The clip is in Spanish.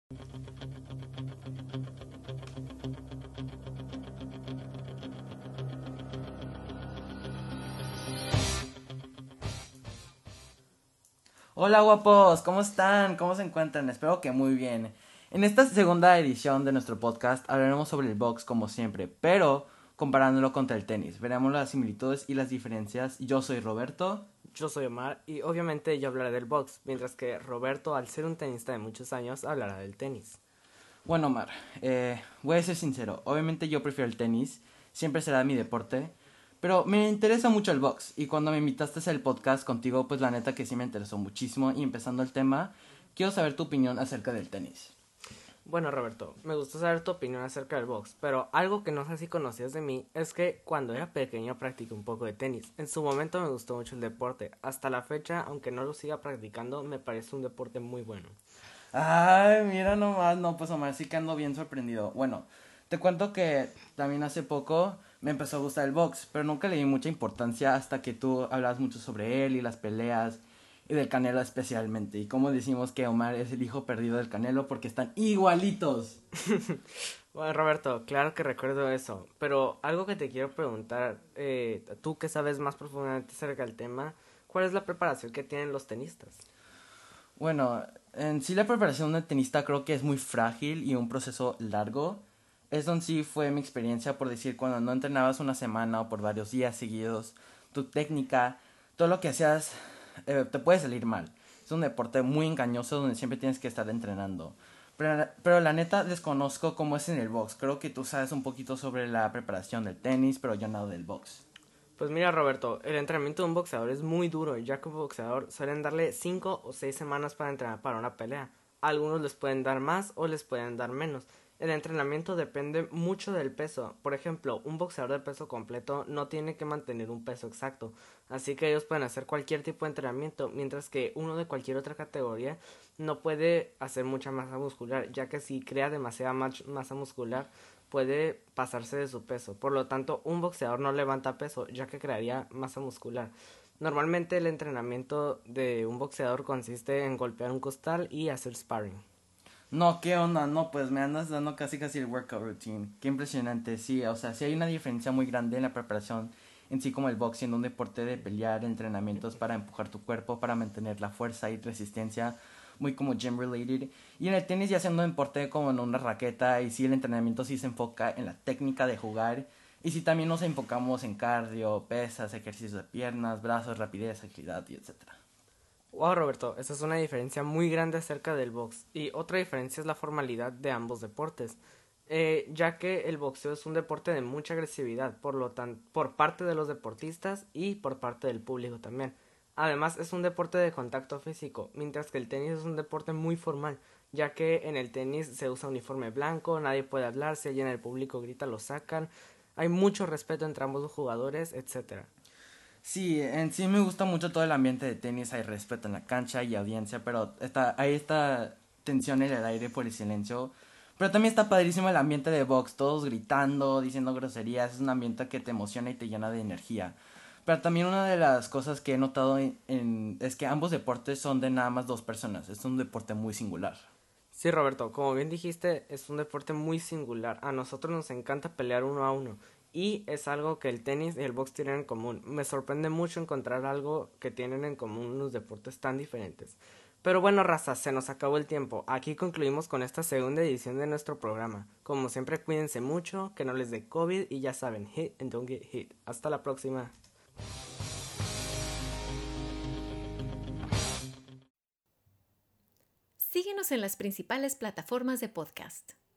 Hola guapos, ¿cómo están? ¿Cómo se encuentran? Espero que muy bien. En esta segunda edición de nuestro podcast hablaremos sobre el box como siempre, pero comparándolo contra el tenis. Veremos las similitudes y las diferencias. Yo soy Roberto. Yo soy Omar y obviamente yo hablaré del box, mientras que Roberto, al ser un tenista de muchos años, hablará del tenis. Bueno, Omar, voy a ser sincero. Obviamente yo prefiero el tenis, siempre será mi deporte, pero me interesa mucho el box. Y cuando me invitaste a hacer el podcast contigo, pues la neta que sí me interesó muchísimo. Y empezando el tema, quiero saber tu opinión acerca del tenis. Bueno, Roberto, me gusta saber tu opinión acerca del box, pero algo que no sé si conocías de mí es que cuando era pequeño practiqué un poco de tenis. En su momento me gustó mucho el deporte. Hasta la fecha, aunque no lo siga practicando, me parece un deporte muy bueno. Ay, mira nomás, no, pues Omar, sí que ando bien sorprendido. Bueno, te cuento que también hace poco me empezó a gustar el box, pero nunca le di mucha importancia hasta que tú hablabas mucho sobre él y las peleas y del Canelo especialmente. Y cómo decimos que Omar es el hijo perdido del Canelo porque están igualitos. Bueno, Roberto, claro que recuerdo eso, pero algo que te quiero preguntar, tú que sabes más profundamente acerca del tema, ¿cuál es la preparación que tienen los tenistas? Bueno, en sí la preparación de tenista creo que es muy frágil y un proceso largo. Eso en sí fue mi experiencia, por decir, cuando no entrenabas una semana o por varios días seguidos, tu técnica, todo lo que hacías te puede salir mal. Es un deporte muy engañoso donde siempre tienes que estar entrenando. Pero la neta desconozco cómo es en el box. Creo que tú sabes un poquito sobre la preparación del tenis, pero yo nada del box. Pues mira, Roberto, el entrenamiento de un boxeador es muy duro, ya que un boxeador suelen darle 5 o 6 semanas para entrenar para una pelea. Algunos les pueden dar más o les pueden dar menos. El entrenamiento depende mucho del peso. Por ejemplo, un boxeador de peso completo no tiene que mantener un peso exacto, así que ellos pueden hacer cualquier tipo de entrenamiento, mientras que uno de cualquier otra categoría no puede hacer mucha masa muscular, ya que si crea demasiada masa muscular puede pasarse de su peso. Por lo tanto, un boxeador no levanta peso, ya que crearía masa muscular. Normalmente el entrenamiento de un boxeador consiste en golpear un costal y hacer sparring. No, ¿qué onda? No, pues me andas dando casi el workout routine. Qué impresionante, sí. O sea, sí hay una diferencia muy grande en la preparación en sí como el boxing, un deporte de pelear, entrenamientos para empujar tu cuerpo, para mantener la fuerza y resistencia, muy como gym related. Y en el tenis ya siendo un deporte como en una raqueta y sí el entrenamiento sí se enfoca en la técnica de jugar. Y sí también nos enfocamos en cardio, pesas, ejercicios de piernas, brazos, rapidez, agilidad y etcétera. Wow, Roberto, esa es una diferencia muy grande acerca del box. Y otra diferencia es la formalidad de ambos deportes. Ya que el boxeo es un deporte de mucha agresividad, por parte de los deportistas y por parte del público también. Además, es un deporte de contacto físico, mientras que el tenis es un deporte muy formal, ya que en el tenis se usa uniforme blanco, nadie puede hablar, si alguien en el público grita lo sacan, hay mucho respeto entre ambos los jugadores, etcétera. Sí, en sí me gusta mucho todo el ambiente de tenis, hay respeto en la cancha y audiencia, pero hay esta tensión en el aire por el silencio. Pero también está padrísimo el ambiente de box, todos gritando, diciendo groserías, es un ambiente que te emociona y te llena de energía. Pero también una de las cosas que he notado es que ambos deportes son de nada más dos personas, es un deporte muy singular. Sí, Roberto, como bien dijiste, es un deporte muy singular. A nosotros nos encanta pelear uno a uno. Y es algo que el tenis y el box tienen en común. Me sorprende mucho encontrar algo que tienen en común unos deportes tan diferentes. Pero bueno, raza, se nos acabó el tiempo. Aquí concluimos con esta segunda edición de nuestro programa. Como siempre, cuídense mucho, que no les dé COVID y ya saben, hit and don't get hit. Hasta la próxima. Síguenos en las principales plataformas de podcast.